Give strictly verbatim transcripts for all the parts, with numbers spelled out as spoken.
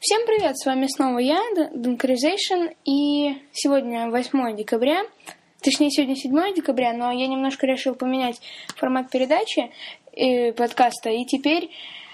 Всем привет, с вами снова я, Dunkerization, и сегодня восьмое декабря, точнее сегодня седьмое декабря, но я немножко решил поменять формат передачи и подкаста, и теперь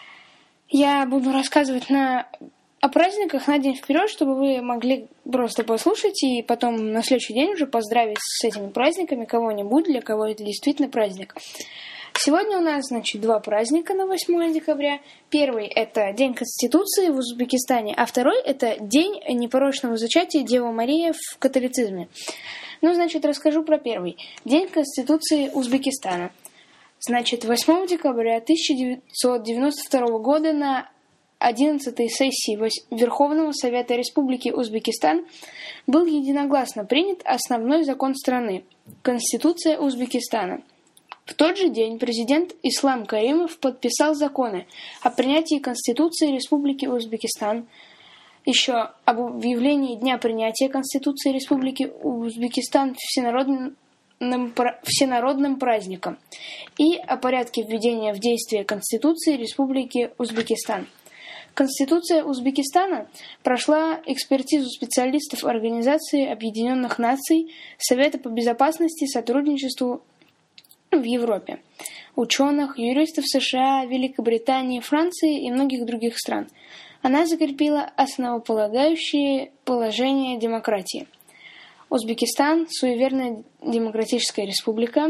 я буду рассказывать на, о праздниках на день вперед, чтобы вы могли просто послушать и потом на следующий день уже поздравить с этими праздниками кого-нибудь, для кого это действительно праздник. Сегодня у нас, значит, два праздника на восьмое декабря. Первый – это День Конституции в Узбекистане, а второй – это День непорочного зачатия Девы Марии в католицизме. Ну, значит, расскажу про первый. День Конституции Узбекистана. Значит, восьмого декабря тысяча девятьсот девяносто второго года на одиннадцатой сессии Верховного Совета Республики Узбекистан был единогласно принят основной закон страны – Конституция Узбекистана. В тот же день президент Ислам Каримов подписал законы о принятии Конституции Республики Узбекистан, еще об объявлении Дня принятия Конституции Республики Узбекистан всенародным, всенародным праздником и о порядке введения в действие Конституции Республики Узбекистан. Конституция Узбекистана прошла экспертизу специалистов Организации Объединенных Наций, Совета по безопасности и сотрудничеству в Европе, ученых, юристов США, Великобритании, Франции и многих других стран. Она закрепила основополагающие положения демократии. Узбекистан – суеверная демократическая республика.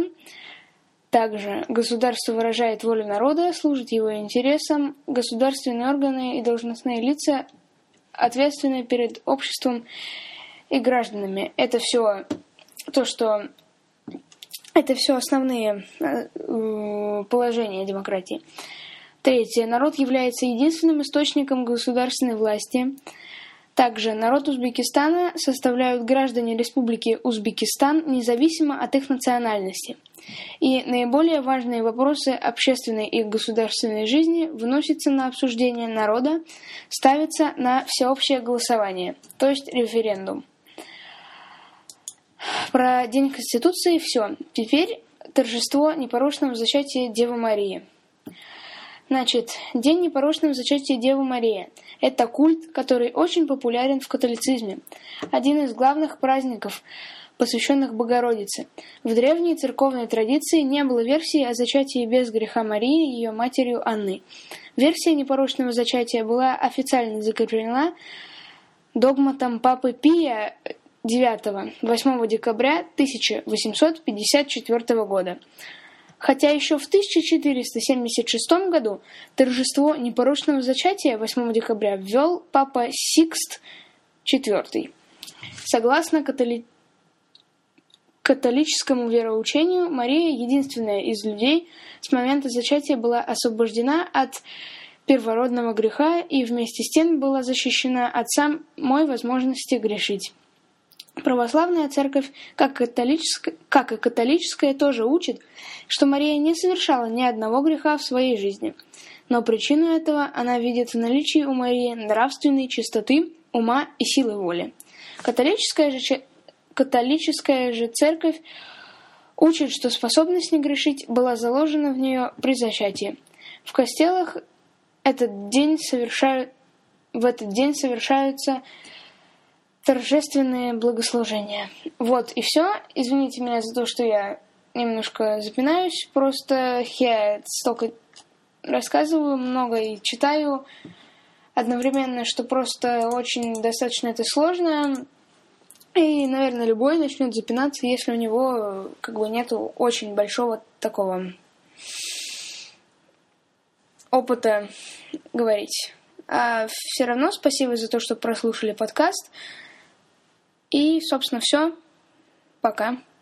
Также государство выражает волю народа, служит его интересам, государственные органы и должностные лица ответственны перед обществом и гражданами. Это все то, что Это все основные э, положения демократии. Третье. Народ является единственным источником государственной власти. Также народ Узбекистана составляют граждане Республики Узбекистан, независимо от их национальности. И наиболее важные вопросы общественной и государственной жизни выносятся на обсуждение народа, ставятся на всеобщее голосование, то есть референдум. Про День Конституции все. Теперь торжество непорочного зачатия Девы Марии. Значит, День непорочного зачатия Девы Марии – это культ, который очень популярен в католицизме. Один из главных праздников, посвященных Богородице. В древней церковной традиции не было версии о зачатии без греха Марии и ее матерью Анны. Версия непорочного зачатия была официально закреплена догматом Папы Пия девятого, восьмого декабря тысяча восемьсот пятьдесят четвёртого года. Хотя еще в тысяча четыреста семьдесят шестом году торжество непорочного зачатия восьмого декабря ввел папа Сикст четвёртый. Согласно католи... католическому вероучению, Мария, единственная из людей, с момента зачатия была освобождена от первородного греха и вместе с тем была защищена от самой возможности грешить. Православная церковь, как, католическая, как и католическая, тоже учит, что Мария не совершала ни одного греха в своей жизни. Но причину этого она видит в наличии у Марии нравственной чистоты, ума и силы воли. Католическая же, католическая же церковь учит, что способность не грешить была заложена в нее при зачатии. В костелах этот день совершают, в этот день совершаются торжественные благословения. Вот и все. Извините меня за то, что я немножко запинаюсь. Просто я столько рассказываю, много и читаю одновременно, что просто очень достаточно это сложно. И, наверное, любой начнет запинаться, если у него как бы нету очень большого такого опыта говорить. А все равно спасибо за то, что прослушали подкаст. И, собственно, все. Пока.